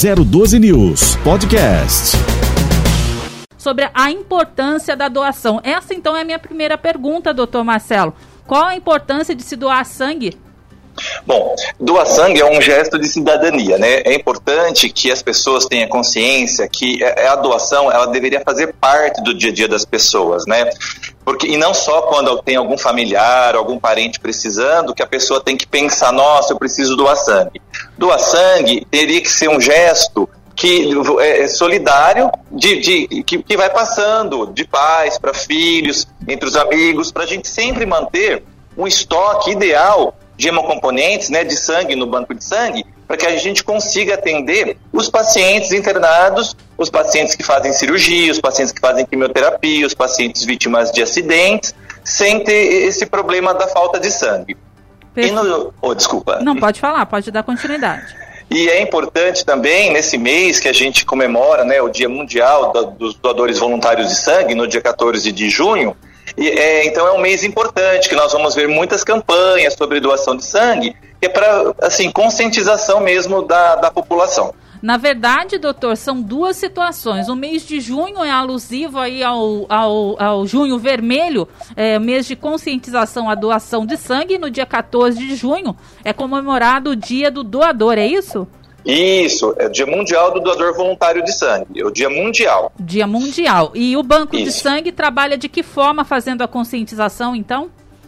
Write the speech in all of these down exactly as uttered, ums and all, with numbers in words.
zero doze News Podcast. Sobre a importância da doação. Essa, então, é a minha primeira pergunta, doutor Marcelo. Qual a importância de se doar sangue? Bom, doar sangue é um gesto de cidadania, né? É importante que as pessoas tenham consciência que a doação, ela deveria fazer parte do dia a dia das pessoas, né? Porque, e não só quando tem algum familiar, algum parente precisando, que a pessoa tem que pensar, nossa, eu preciso doar sangue. Doar sangue teria que ser um gesto que é solidário, de, de, que, que vai passando de pais para filhos, entre os amigos, para a gente sempre manter um estoque ideal de hemocomponentes, né, de sangue no banco de sangue, para que a gente consiga atender os pacientes internados, os pacientes que fazem cirurgia, os pacientes que fazem quimioterapia, os pacientes vítimas de acidentes, sem ter esse problema da falta de sangue. E no... oh, desculpa. Não, pode falar, pode dar continuidade. E é importante também, nesse mês que a gente comemora, né, o Dia Mundial da, dos Doadores Voluntários de Sangue, no dia quatorze de junho, e, é, então é um mês importante, que nós vamos ver muitas campanhas sobre doação de sangue, que é para, assim, conscientização mesmo da, da população. Na verdade, doutor, são duas situações. O mês de junho é alusivo aí ao, ao, ao junho vermelho, é, mês de conscientização à doação de sangue, e no dia quatorze de junho é comemorado o Dia do Doador, é isso? Isso, é o Dia Mundial do Doador Voluntário de Sangue, é o Dia Mundial. Dia Mundial. E o Banco Isso. de Sangue trabalha de que forma fazendo a conscientização, então?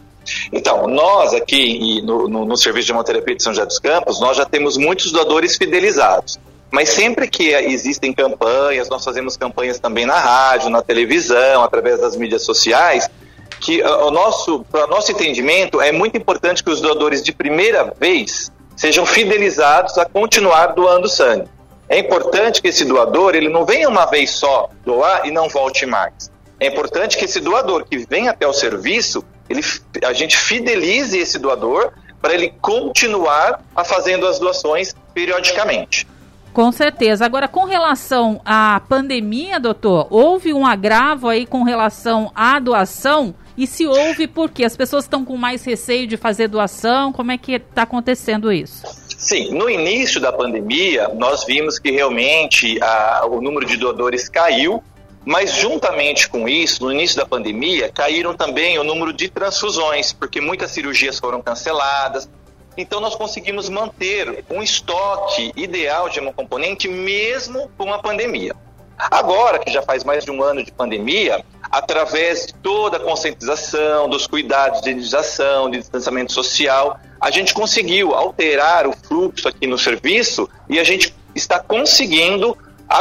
Então, nós aqui no, no, no Serviço de Hemoterapia de São José dos Campos, nós já temos muitos doadores fidelizados. Mas sempre que existem campanhas, nós fazemos campanhas também na rádio, na televisão, através das mídias sociais, que o nosso, para o nosso entendimento, é muito importante que os doadores de primeira vez sejam fidelizados a continuar doando sangue. É importante que esse doador, ele não venha uma vez só doar e não volte mais. É importante que esse doador que vem até o serviço, ele, a gente fidelize esse doador para ele continuar a fazendo as doações periodicamente. Com certeza. Agora, com relação à pandemia, doutor, houve um agravo aí com relação à doação? E se houve, por quê? As pessoas estão com mais receio de fazer doação? Como é que está acontecendo isso? Sim, no início da pandemia, nós vimos que realmente a, o número de doadores caiu, mas juntamente com isso, no início da pandemia, caíram também o número de transfusões, porque muitas cirurgias foram canceladas. Então nós conseguimos manter um estoque ideal de hemocomponente mesmo com a pandemia. Agora, que já faz mais de um ano de pandemia, através de toda a conscientização, dos cuidados de higienização, de distanciamento social, a gente conseguiu alterar o fluxo aqui no serviço e a gente está conseguindo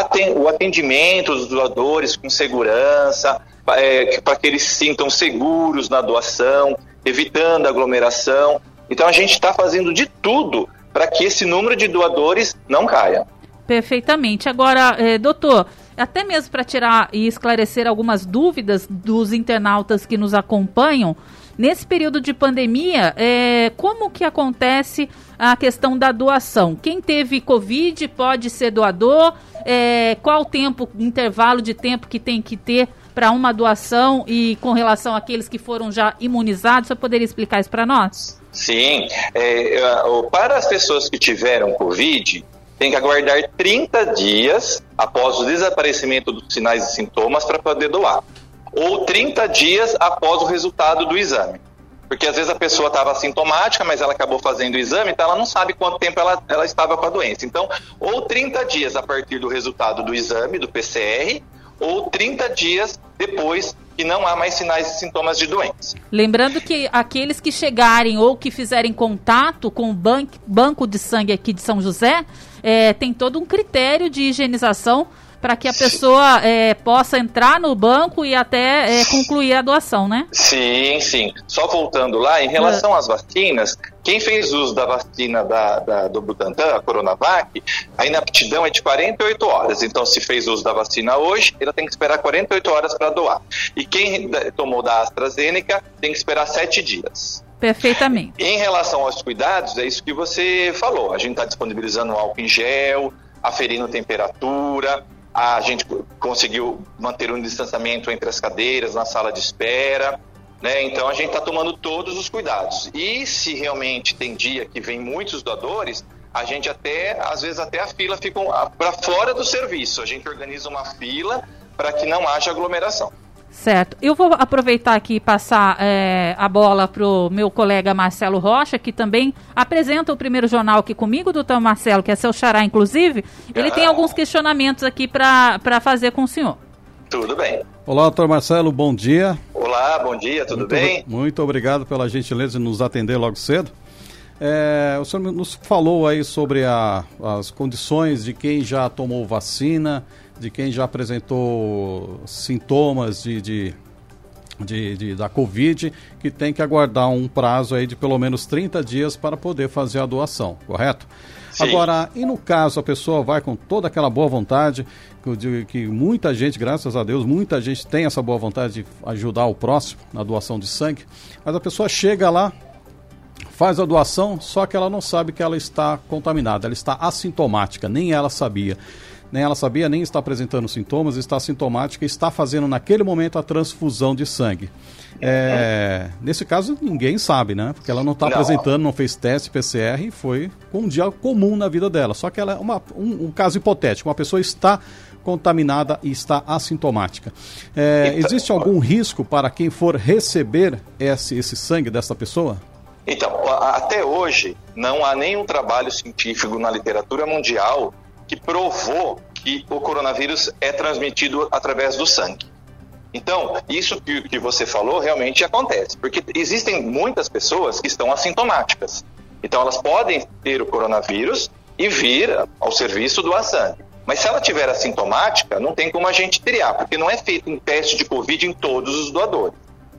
o atendimento dos doadores com segurança, é, para que eles se sintam seguros na doação, evitando aglomeração. Então a gente está fazendo de tudo para que esse número de doadores não caia. Perfeitamente. Agora, eh, doutor, até mesmo para tirar e esclarecer algumas dúvidas dos internautas que nos acompanham, nesse período de pandemia, eh, como que acontece a questão da doação? Quem teve Covid pode ser doador? Eh, qual o tempo, intervalo de tempo que tem que ter para uma doação e com relação àqueles que foram já imunizados? Você poderia explicar isso para nós? Sim, é, para as pessoas que tiveram Covid, tem que aguardar trinta dias após o desaparecimento dos sinais e sintomas para poder doar, ou trinta dias após o resultado do exame, porque às vezes a pessoa estava assintomática, mas ela acabou fazendo o exame, então ela não sabe quanto tempo ela, ela estava com a doença. Então, ou trinta dias a partir do resultado do exame, do P C R, ou trinta dias depois que não há mais sinais e sintomas de doença. Lembrando que aqueles que chegarem ou que fizerem contato com o ban- banco de sangue aqui de São José, é, tem todo um critério de higienização para que a pessoa é, possa entrar no banco e até é, concluir a doação, né? Sim, sim. Só voltando lá, em relação às vacinas, quem fez uso da vacina da, da, do Butantan, a Coronavac, a inaptidão é de quarenta e oito horas. Então, se fez uso da vacina hoje, ele tem que esperar quarenta e oito horas para doar. E quem tomou da AstraZeneca tem que esperar sete dias. Perfeitamente. Em relação aos cuidados, é isso que você falou. A gente está disponibilizando álcool em gel, aferindo temperatura. A gente conseguiu manter um distanciamento entre as cadeiras na sala de espera, né? Então a gente está tomando todos os cuidados. E se realmente tem dia que vem muitos doadores, a gente até, às vezes até a fila fica para fora do serviço. A gente organiza uma fila para que não haja aglomeração. Certo. Eu vou aproveitar aqui e passar é, a bola para o meu colega Marcelo Rocha, que também apresenta o primeiro jornal aqui comigo, doutor Marcelo, que é seu xará, inclusive. Ele ah. tem alguns questionamentos aqui para fazer com o senhor. Tudo bem. Olá, doutor Marcelo, bom dia. Olá, bom dia, tudo muito, bem? Muito obrigado pela gentileza de nos atender logo cedo. É, o senhor nos falou aí sobre a, as condições de quem já tomou vacina, de quem já apresentou sintomas de, de, de, de, da Covid, que tem que aguardar um prazo aí de pelo menos trinta dias para poder fazer a doação, correto? Sim. Agora, e no caso a pessoa vai com toda aquela boa vontade, que eu digo que muita gente, graças a Deus, muita gente tem essa boa vontade de ajudar o próximo na doação de sangue, mas a pessoa chega lá, faz a doação, só que ela não sabe que ela está contaminada, ela está assintomática, nem ela sabia. Nem ela sabia, nem está apresentando sintomas, está assintomática e está fazendo naquele momento a transfusão de sangue. É, nesse caso, ninguém sabe, né? Porque ela não está apresentando, não fez teste P C R e foi um dia comum na vida dela. Só que ela é uma, um, um caso hipotético, uma pessoa está contaminada e está assintomática. É, existe algum risco para quem for receber esse, esse sangue dessa pessoa? Então, até hoje, não há nenhum trabalho científico na literatura mundial que provou que o coronavírus é transmitido através do sangue. Então, isso que, que você falou realmente acontece, porque existem muitas pessoas que estão assintomáticas. Então, elas podem ter o coronavírus e vir ao serviço doar sangue. Mas se ela tiver assintomática, não tem como a gente triar, porque não é feito um teste de Covid em todos os doadores.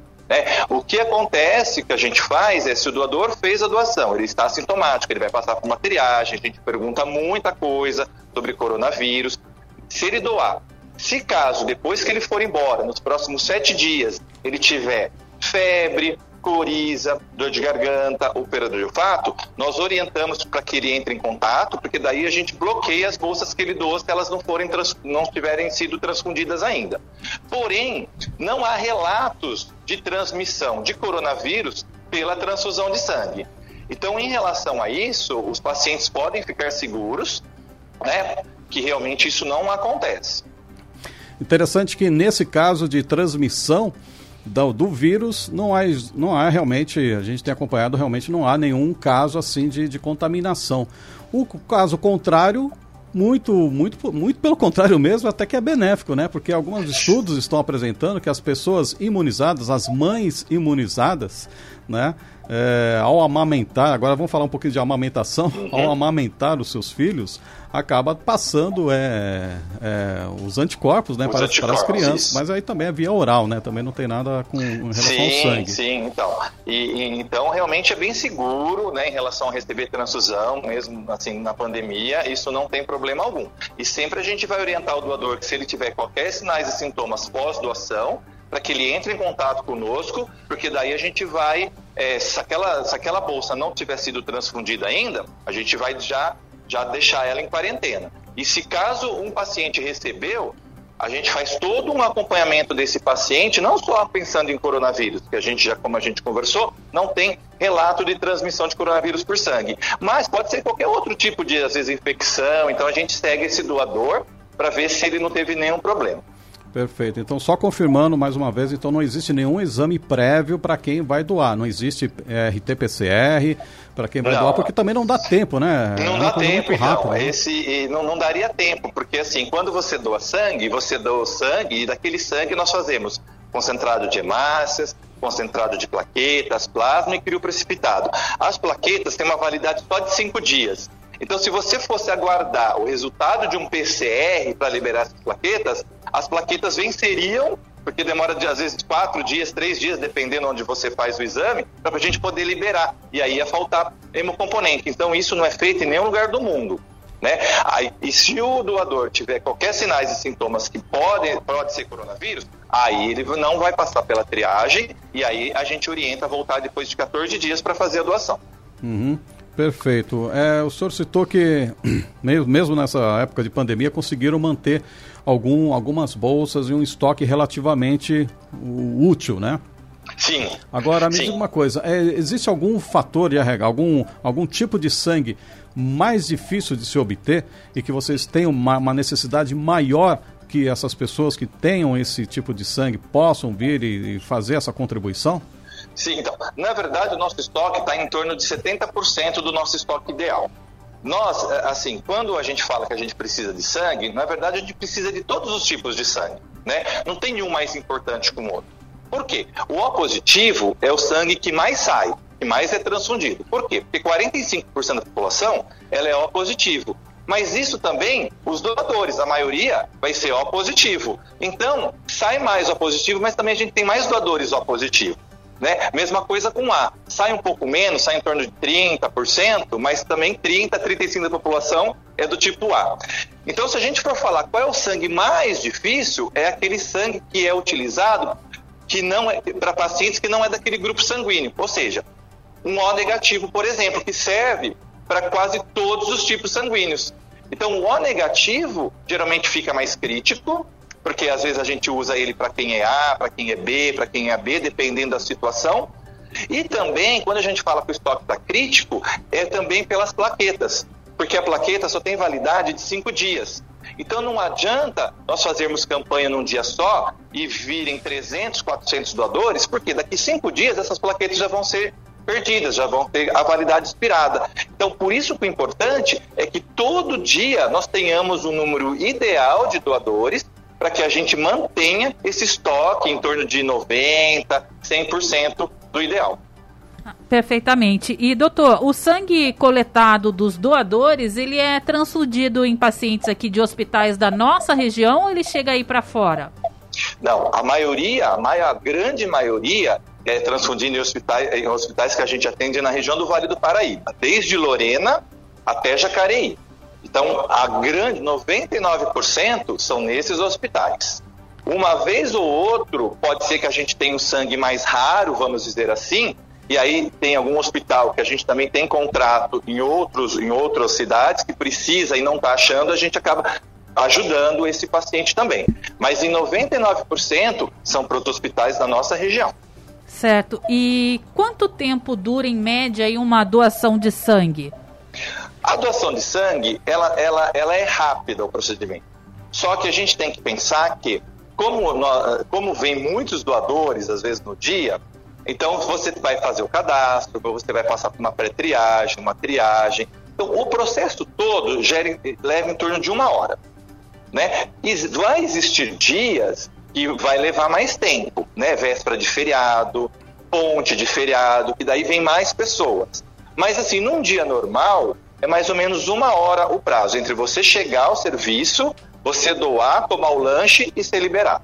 É, o que acontece, que a gente faz é, se o doador fez a doação, ele está assintomático, ele vai passar por uma triagem, a gente pergunta muita coisa sobre coronavírus. Se ele doar, se caso, depois que ele for embora, nos próximos sete dias, ele tiver febre, coriza, dor de garganta ou perda de olfato, nós orientamos para que ele entre em contato, porque daí a gente bloqueia as bolsas que ele doa se elas não, forem trans, não tiverem sido transfundidas ainda. Porém, não há relatos de transmissão de coronavírus pela transfusão de sangue. Então, em relação a isso, os pacientes podem ficar seguros, né, que realmente isso não acontece. Interessante que nesse caso de transmissão Do, do vírus, não há, não há realmente, a gente tem acompanhado, realmente não há nenhum caso assim de, de contaminação. O caso contrário, muito, muito, muito pelo contrário mesmo, até que é benéfico, né? Porque alguns estudos estão apresentando que as pessoas imunizadas, as mães imunizadas, né? É, ao amamentar, agora vamos falar um pouquinho de amamentação, uhum. ao amamentar os seus filhos, acaba passando é, é, os anticorpos, né, os para, anticorpos, para as crianças, isso. Mas aí também é via oral, né, também não tem nada com em relação sim, ao sangue. Sim, então, e, e, então realmente é bem seguro, né, em relação a receber transfusão, mesmo assim na pandemia, isso não tem problema algum. E sempre a gente vai orientar o doador que se ele tiver qualquer sinais e sintomas pós-doação, para que ele entre em contato conosco, porque daí a gente vai, é, se, aquela, se aquela bolsa não tiver sido transfundida ainda, a gente vai já, já deixar ela em quarentena. E se caso um paciente recebeu, a gente faz todo um acompanhamento desse paciente, não só pensando em coronavírus, que a gente já, como a gente conversou, não tem relato de transmissão de coronavírus por sangue. Mas pode ser qualquer outro tipo de, às vezes, infecção, então a gente segue esse doador para ver se ele não teve nenhum problema. Perfeito. Então, só confirmando mais uma vez, então não existe nenhum exame prévio para quem vai doar. Não existe é, R T P C R para quem vai não, doar, porque também não dá tempo, né? Não é dá tempo, muito rápido, não. Né? Esse, não, não daria tempo, porque assim, quando você doa sangue, você doa o sangue e daquele sangue nós fazemos concentrado de hemácias, concentrado de plaquetas, plasma e crio precipitado. As plaquetas têm uma validade só de cinco dias. Então, se você fosse aguardar o resultado de um P C R para liberar essas plaquetas, as plaquetas venceriam, porque demora de, às vezes quatro dias, três dias, dependendo onde você faz o exame, para a gente poder liberar. E aí ia faltar hemocomponente. Então, isso não é feito em nenhum lugar do mundo, né? Aí, e se o doador tiver qualquer sinais e sintomas que podem pode ser coronavírus, aí ele não vai passar pela triagem e aí a gente orienta a voltar depois de quatorze dias para fazer a doação. Uhum. Perfeito. É, o senhor citou que, mesmo nessa época de pandemia, conseguiram manter algum, algumas bolsas e um estoque relativamente útil, né? Sim. Agora, me Sim. diga uma coisa, é, existe algum fator de R H, algum, algum tipo de sangue mais difícil de se obter e que vocês tenham uma, uma necessidade maior que essas pessoas que tenham esse tipo de sangue possam vir e, e fazer essa contribuição? Sim, então, na verdade o nosso estoque está em torno de setenta por cento do nosso estoque ideal. Nós, assim, quando a gente fala que a gente precisa de sangue, na verdade a gente precisa de todos os tipos de sangue, né? Não tem nenhum mais importante que o outro. Por quê? O O positivo é o sangue que mais sai, que mais é transfundido. Por quê? Porque quarenta e cinco por cento da população ela é O positivo. Mas isso também, os doadores, a maioria vai ser O positivo. Então, sai mais O positivo, mas também a gente tem mais doadores O positivo. Né? Mesma coisa com A. Sai um pouco menos, sai em torno de trinta por cento, mas também trinta, trinta e cinco por cento da população é do tipo A. Então, se a gente for falar qual é o sangue mais difícil, é aquele sangue que é utilizado que não é para pacientes que não é daquele grupo sanguíneo. Ou seja, um O negativo, por exemplo, que serve para quase todos os tipos sanguíneos. Então, o O negativo geralmente fica mais crítico, porque às vezes a gente usa ele para quem é A, para quem é B, para quem é B, dependendo da situação. E também, quando a gente fala que o estoque está crítico, é também pelas plaquetas, porque a plaqueta só tem validade de cinco dias. Então não adianta nós fazermos campanha num dia só e virem trezentos, quatrocentos doadores, porque daqui cinco dias essas plaquetas já vão ser perdidas, já vão ter a validade expirada. Então, por isso que o importante é que todo dia nós tenhamos um número ideal de doadores para que a gente mantenha esse estoque em torno de noventa por cento, cem por cento do ideal. Perfeitamente. E, doutor, o sangue coletado dos doadores, ele é transfundido em pacientes aqui de hospitais da nossa região ou ele chega aí para fora? Não, a maioria, a, maior, a grande maioria é transfundido em hospitais, em hospitais que a gente atende na região do Vale do Paraíba, desde Lorena até Jacareí. Então, a grande, noventa e nove por cento são nesses hospitais. Uma vez ou outro, pode ser que a gente tenha um sangue mais raro, vamos dizer assim, e aí tem algum hospital que a gente também tem contrato em, outros, em outras cidades que precisa e não está achando, a gente acaba ajudando esse paciente também. Mas em noventa e nove por cento são para os hospitais da nossa região. Certo. E quanto tempo dura, em média, aí uma doação de sangue? A doação de sangue, ela, ela, ela é rápida o procedimento. Só que a gente tem que pensar que, como, nós, como vem muitos doadores, às vezes no dia, então você vai fazer o cadastro, você vai passar por uma pré-triagem, uma triagem. Então o processo todo gera, leva em torno de uma hora. Né? E vai existir dias que vai levar mais tempo, né? Véspera de feriado, ponte de feriado, que daí vem mais pessoas. Mas assim, num dia normal, é mais ou menos uma hora o prazo entre você chegar ao serviço, você doar, tomar o lanche e ser liberado.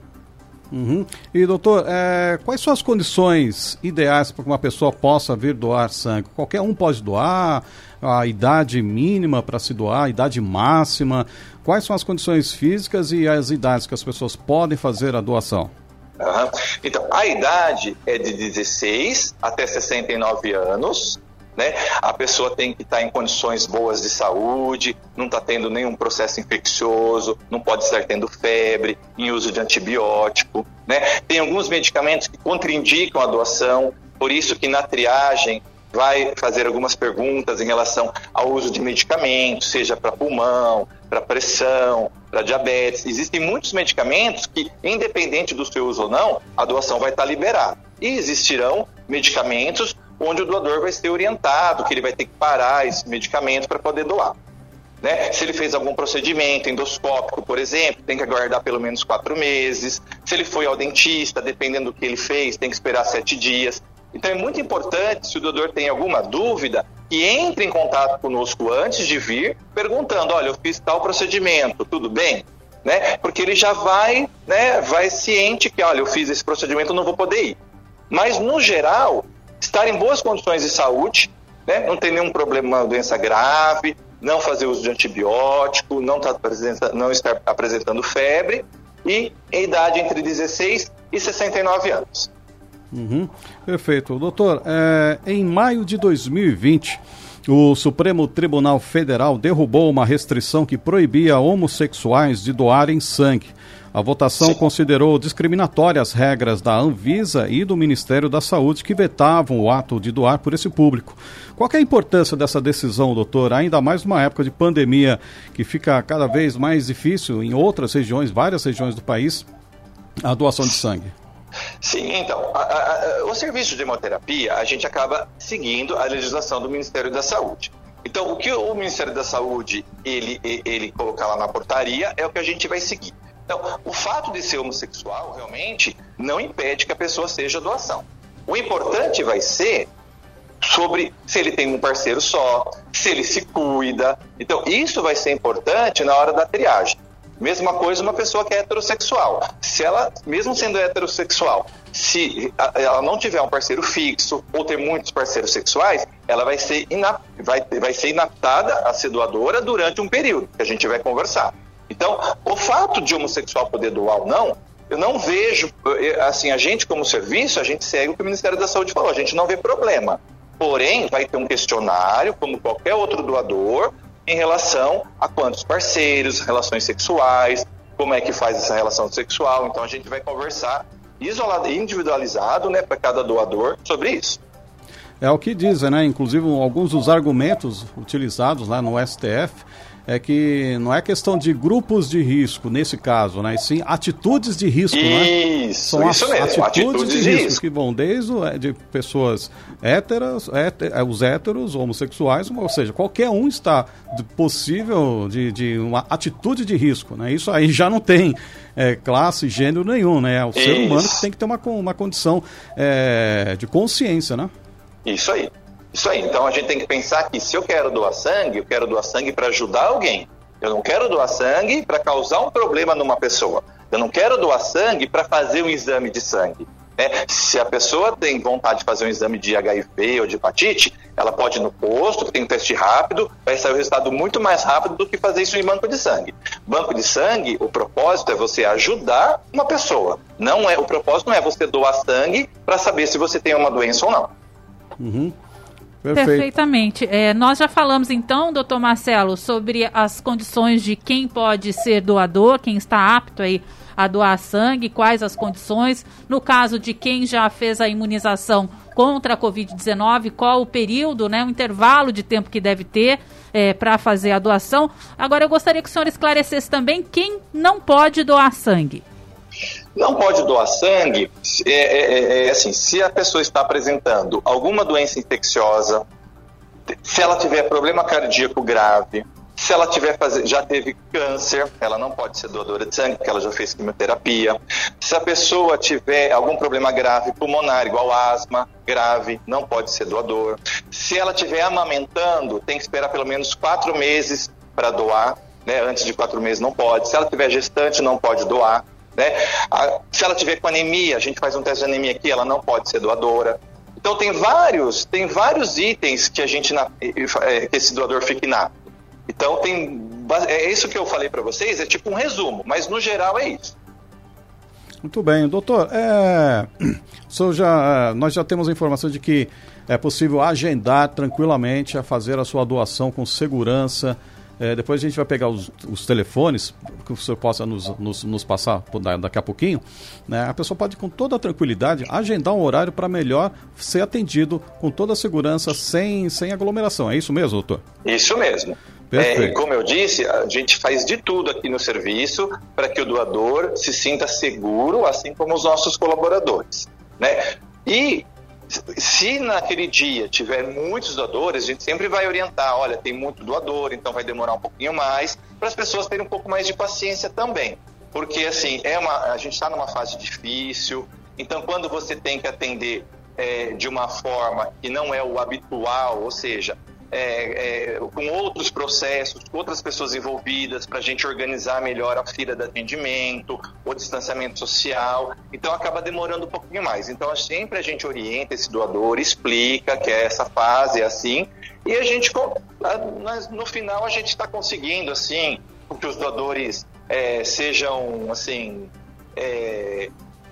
Uhum. E doutor, é, quais são as condições ideais para que uma pessoa possa vir doar sangue? Qualquer um pode doar? A idade mínima para se doar, a idade máxima? Quais são as condições físicas e as idades que as pessoas podem fazer a doação? Uhum. Então, a idade é de dezesseis até sessenta e nove anos. Né? A pessoa tem que estar em condições boas de saúde, não está tendo nenhum processo infeccioso, não pode estar tendo febre, em uso de antibiótico. Né? Tem alguns medicamentos que contraindicam a doação, por isso que na triagem vai fazer algumas perguntas em relação ao uso de medicamentos, seja para pulmão, para pressão, para diabetes. Existem muitos medicamentos que, independente do seu uso ou não, a doação vai estar liberada. E existirão medicamentos onde o doador vai ser orientado, que ele vai ter que parar esse medicamento para poder doar. Né? Se ele fez algum procedimento endoscópico, por exemplo, tem que aguardar pelo menos quatro meses. Se ele foi ao dentista, dependendo do que ele fez, tem que esperar sete dias. Então é muito importante, se o doador tem alguma dúvida, que entre em contato conosco antes de vir, perguntando, olha, eu fiz tal procedimento, tudo bem? Né? Porque ele já vai, né, vai ciente que, olha, eu fiz esse procedimento, eu não vou poder ir. Mas, no geral, estar em boas condições de saúde, né? Não ter nenhum problema, uma doença grave, não fazer uso de antibiótico, não, tá apresenta, não estar apresentando febre e em idade entre dezesseis e sessenta e nove anos. Uhum. Perfeito. Doutor, é, em maio de dois mil e vinte, O Supremo Tribunal Federal derrubou uma restrição que proibia homossexuais de doarem sangue. A votação Sim. considerou discriminatórias regras da Anvisa e do Ministério da Saúde que vetavam o ato de doar por esse público. Qual que é a importância dessa decisão, doutor? Ainda mais numa época de pandemia que fica cada vez mais difícil em outras regiões, várias regiões do país, a doação de sangue. Sim, então, a, a, a, o serviço de hemoterapia, a gente acaba seguindo a legislação do Ministério da Saúde. Então, o que o Ministério da Saúde, ele, ele colocar lá na portaria, é o que a gente vai seguir. Então, o fato de ser homossexual, realmente, não impede que a pessoa seja doação. O importante vai ser sobre se ele tem um parceiro só, se ele se cuida. Então, isso vai ser importante na hora da triagem. Mesma coisa uma pessoa que é heterossexual. Se ela, mesmo sendo heterossexual, se ela não tiver um parceiro fixo ou ter muitos parceiros sexuais, ela vai ser, ina, vai, vai ser inaptada a ser doadora durante um período, que a gente vai conversar. Então, o fato de homossexual poder doar ou não, eu não vejo, assim, a gente como serviço, a gente segue o que o Ministério da Saúde falou, a gente não vê problema. Porém, vai ter um questionário, como qualquer outro doador, em relação a quantos parceiros, relações sexuais, como é que faz essa relação sexual. Então, a gente vai conversar isolado, individualizado, né, para cada doador sobre isso. É o que dizem, né? Inclusive, alguns dos argumentos utilizados lá no S T F é que não é questão de grupos de risco, nesse caso, né? E sim atitudes de risco, isso, né? São isso mesmo, atitudes, atitudes de, de risco, risco que vão desde de pessoas héteras, héter, os héteros, homossexuais, ou seja, qualquer um está possível de, de uma atitude de risco, né? Isso aí já não tem é, classe, gênero nenhum, né? É o isso. ser humano que tem que ter uma, uma condição é, de consciência, né? Isso aí. Isso aí, então a gente tem que pensar que se eu quero doar sangue, eu quero doar sangue para ajudar alguém. Eu não quero doar sangue para causar um problema numa pessoa. Eu não quero doar sangue para fazer um exame de sangue. Né? Se a pessoa tem vontade de fazer um exame de H I V ou de hepatite, ela pode ir no posto, que tem um teste rápido, vai sair o resultado muito mais rápido do que fazer isso em banco de sangue. Banco de sangue, o propósito é você ajudar uma pessoa. Não é, o propósito não é você doar sangue para saber se você tem uma doença ou não. Uhum. Perfeito. Perfeitamente. É, nós já falamos então, doutor Marcelo, sobre as condições de quem pode ser doador, quem está apto aí a doar sangue, quais as condições. No caso de quem já fez a imunização contra a covid dezenove, qual o período, né, o intervalo de tempo que deve ter é, para fazer a doação. Agora eu gostaria que o senhor esclarecesse também quem não pode doar sangue. Não pode doar sangue, é, é, é assim, se a pessoa está apresentando alguma doença infecciosa, se ela tiver problema cardíaco grave, se ela tiver faz... já teve câncer, ela não pode ser doadora de sangue, porque ela já fez quimioterapia. Se a pessoa tiver algum problema grave pulmonar, igual asma grave, não pode ser doador. Se ela estiver amamentando, tem que esperar pelo menos quatro meses para doar, né? Antes de quatro meses não pode. Se ela tiver gestante, não pode doar. Né? A, se ela tiver com anemia, a gente faz um teste de anemia aqui, ela não pode ser doadora. Então tem vários, tem vários itens que a gente na, que esse doador fica inapto. Então tem, é isso que eu falei para vocês, é tipo um resumo, mas no geral é isso. Muito bem, doutor. É, já, nós já temos a informação de que é possível agendar tranquilamente a fazer a sua doação com segurança. É, depois a gente vai pegar os, os telefones, que o senhor possa nos, nos, nos passar daqui a pouquinho, né? A pessoa pode, com toda a tranquilidade, agendar um horário para melhor ser atendido com toda a segurança, sem, sem aglomeração. É isso mesmo, doutor? Isso mesmo. É, como eu disse, a gente faz de tudo aqui no serviço para que o doador se sinta seguro, assim como os nossos colaboradores, né? E se naquele dia tiver muitos doadores, a gente sempre vai orientar, olha, tem muito doador, então vai demorar um pouquinho mais, para as pessoas terem um pouco mais de paciência também. Porque, assim, é uma, a gente está numa fase difícil, então quando você tem que atender é, de uma forma que não é o habitual, ou seja, É, é, com outros processos, com outras pessoas envolvidas, para a gente organizar melhor a fila de atendimento, o distanciamento social, então acaba demorando um pouquinho mais. Então sempre a gente orienta esse doador, explica que essa fase é assim, e a gente, no final, a gente está conseguindo, assim, que os doadores é, sejam, assim, é,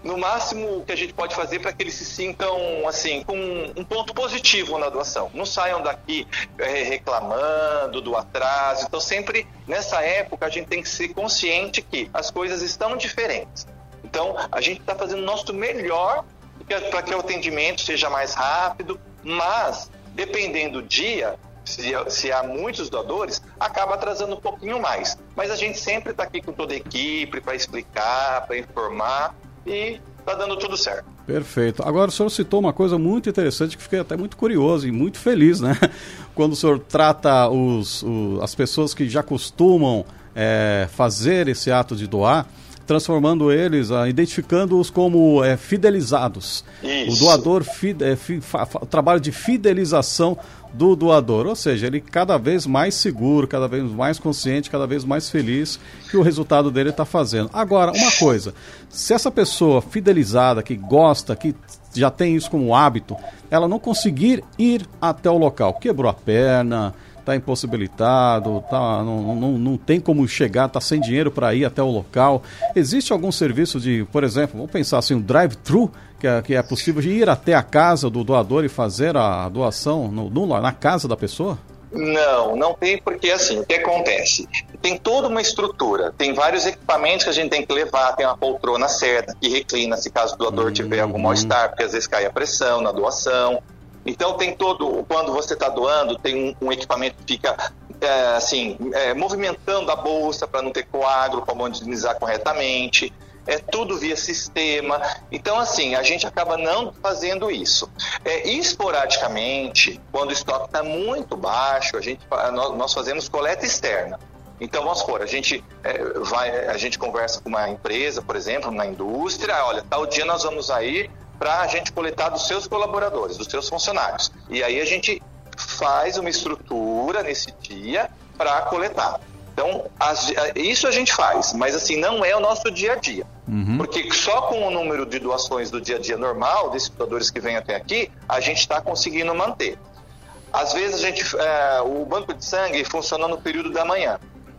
no máximo, o que a gente pode fazer para que eles se sintam, assim, com um ponto positivo na doação. Não saiam daqui é, reclamando do atraso. Então, sempre, nessa época, a gente tem que ser consciente que as coisas estão diferentes. Então, a gente está fazendo o nosso melhor para que o atendimento seja mais rápido, mas, dependendo do dia, se, se há muitos doadores, acaba atrasando um pouquinho mais. Mas a gente sempre está aqui com toda a equipe para explicar, para informar, e está dando tudo certo. Perfeito. Agora o senhor citou uma coisa muito interessante que fiquei até muito curioso e muito feliz, né? Quando o senhor trata os, os, as pessoas que já costumam é, fazer esse ato de doar, transformando eles, ah, identificando-os como é, fidelizados. Isso. O doador, fi, é, fi, fa, fa, o trabalho de fidelização do doador, ou seja, ele cada vez mais seguro, cada vez mais consciente, cada vez mais feliz que o resultado dele está fazendo. Agora, uma coisa, se essa pessoa fidelizada, que gosta, que já tem isso como hábito, ela não conseguir ir até o local, quebrou a perna, está impossibilitado, tá, não, não, não tem como chegar, está sem dinheiro para ir até o local. Existe algum serviço de, por exemplo, vamos pensar assim, um drive-thru, que é, que é possível de ir até a casa do doador e fazer a doação no, no, na casa da pessoa? Não, não tem, porque assim, o que acontece? Tem toda uma estrutura, tem vários equipamentos que a gente tem que levar, tem uma poltrona certa, que reclina se caso o doador hum, tiver algum mal-estar, porque às vezes cai a pressão na doação. Então tem todo, quando você está doando, tem um, um equipamento que fica é, assim, é, movimentando a bolsa para não ter coágulo, para monitorizar corretamente, é tudo via sistema. Então assim, a gente acaba não fazendo isso. É, esporadicamente, quando o estoque está muito baixo, a gente, nós, nós fazemos coleta externa. Então vamos supor, a gente, é, vai, a gente conversa com uma empresa, por exemplo, na indústria, olha, tal dia nós vamos aí para a gente coletar dos seus colaboradores, dos seus funcionários. E aí a gente faz uma estrutura nesse dia para coletar. Então, as, isso a gente faz, mas assim, não é o nosso dia a dia. Uhum. Porque só com o número de doações do dia a dia normal, desses doadores que vêm até aqui, a gente está conseguindo manter. Às vezes a gente, é, o banco de sangue funciona no período da manhã.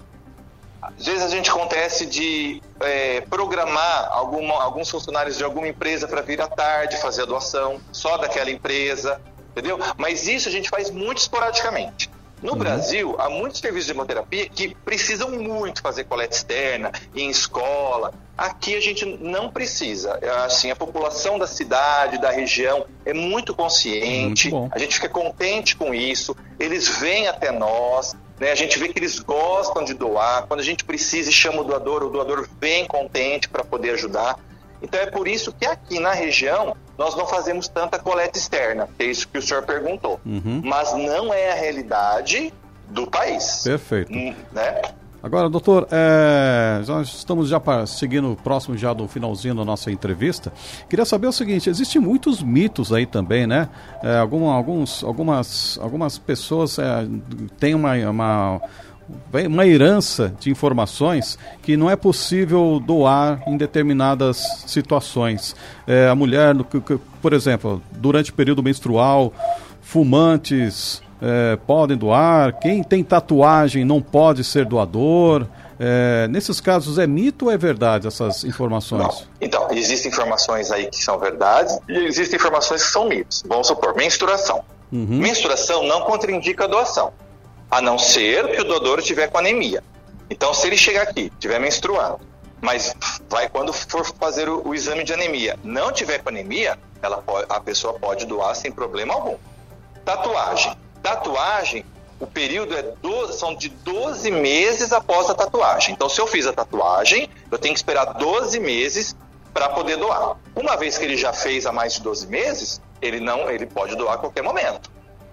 Às vezes a gente acontece de é, programar alguma, alguns funcionários de alguma empresa para vir à tarde fazer a doação, só daquela empresa, entendeu? Mas isso a gente faz muito esporadicamente. No uhum. Brasil, há muitos serviços de hemoterapia que precisam muito fazer coleta externa, em escola. Aqui a gente não precisa. Assim, a população da cidade, da região, é muito consciente, muito a gente fica contente com isso, eles vêm até nós, né? A gente vê que eles gostam de doar. Quando a gente precisa e chama o doador, o doador vem contente para poder ajudar. Então é por isso que aqui na região nós não fazemos tanta coleta externa, que é isso que o senhor perguntou. Uhum. Mas não é a realidade do país. Perfeito. Hum, né? Agora, doutor, é, nós estamos já pra, seguindo próximo já do finalzinho da nossa entrevista. Queria saber o seguinte, existem muitos mitos aí também, né? É, algum, alguns, algumas, algumas pessoas é, têm uma... uma uma herança de informações que não é possível doar em determinadas situações. É, a mulher, por exemplo, durante o período menstrual, fumantes é, podem doar, quem tem tatuagem não pode ser doador. É, nesses casos é mito ou é verdade essas informações? Não. Então, existem informações aí que são verdades e existem informações que são mitos. Vamos supor, menstruação. Uhum. Menstruação não contraindica a doação, a não ser que o doador estiver com anemia. Então, se ele chegar aqui, estiver menstruando, mas vai quando for fazer o, o exame de anemia, não tiver com anemia, ela pode, a pessoa pode doar sem problema algum. Tatuagem. Tatuagem, o período é do, são de doze meses após a tatuagem. Então, se eu fiz a tatuagem, eu tenho que esperar doze meses para poder doar. Uma vez que ele já fez há mais de doze meses, ele, não, ele pode doar a qualquer momento.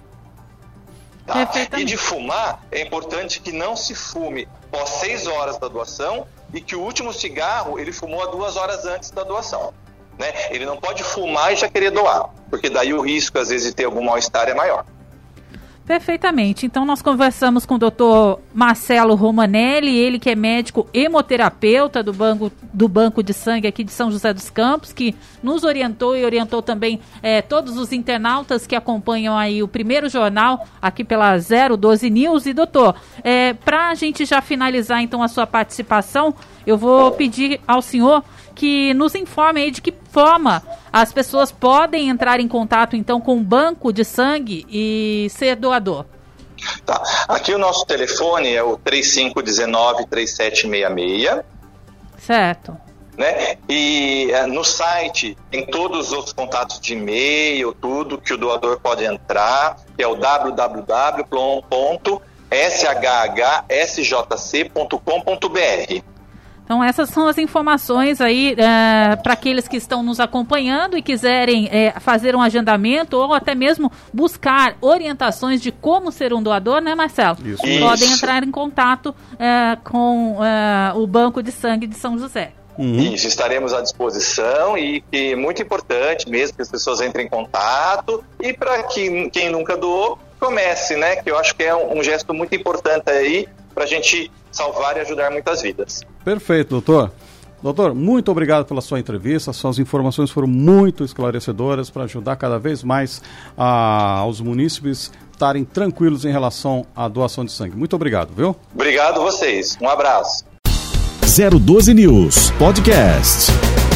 Tá? E de fumar, é importante que não se fume após seis horas da doação e que o último cigarro ele fumou há duas horas antes da doação. Né? Ele não pode fumar e já querer doar, porque daí o risco, às vezes, de ter algum mal-estar é maior. Perfeitamente. Então nós conversamos com o doutor Marcelo Romanelli, ele que é médico hemoterapeuta do banco, do banco de sangue aqui de São José dos Campos, que nos orientou e orientou também é, todos os internautas que acompanham aí o primeiro jornal aqui pela zero doze News. E doutor, é, para a gente já finalizar então a sua participação, eu vou pedir ao senhor que nos informe aí de que forma as pessoas podem entrar em contato, então, com o banco de sangue e ser doador? Tá. Aqui o nosso telefone é o três cinco um nove, três sete seis seis. Certo. Né? E é, no site tem todos os contatos de e-mail, tudo que o doador pode entrar, que é o w w w ponto s h h s j c ponto com ponto b r. Então essas são as informações aí é, para aqueles que estão nos acompanhando e quiserem é, fazer um agendamento ou até mesmo buscar orientações de como ser um doador, né, Marcelo? Isso. Podem Isso. entrar em contato é, com é, o Banco de Sangue de São José. Uhum. Isso, estaremos à disposição e, e muito importante mesmo que as pessoas entrem em contato e para que quem nunca doou, comece, né? Que eu acho que é um, um gesto muito importante aí para a gente salvar e ajudar muitas vidas. Perfeito, doutor. Doutor, muito obrigado pela sua entrevista, suas informações foram muito esclarecedoras para ajudar cada vez mais a, aos munícipes estarem tranquilos em relação à doação de sangue. Muito obrigado, viu? Obrigado a vocês, um abraço. zero doze News Podcast.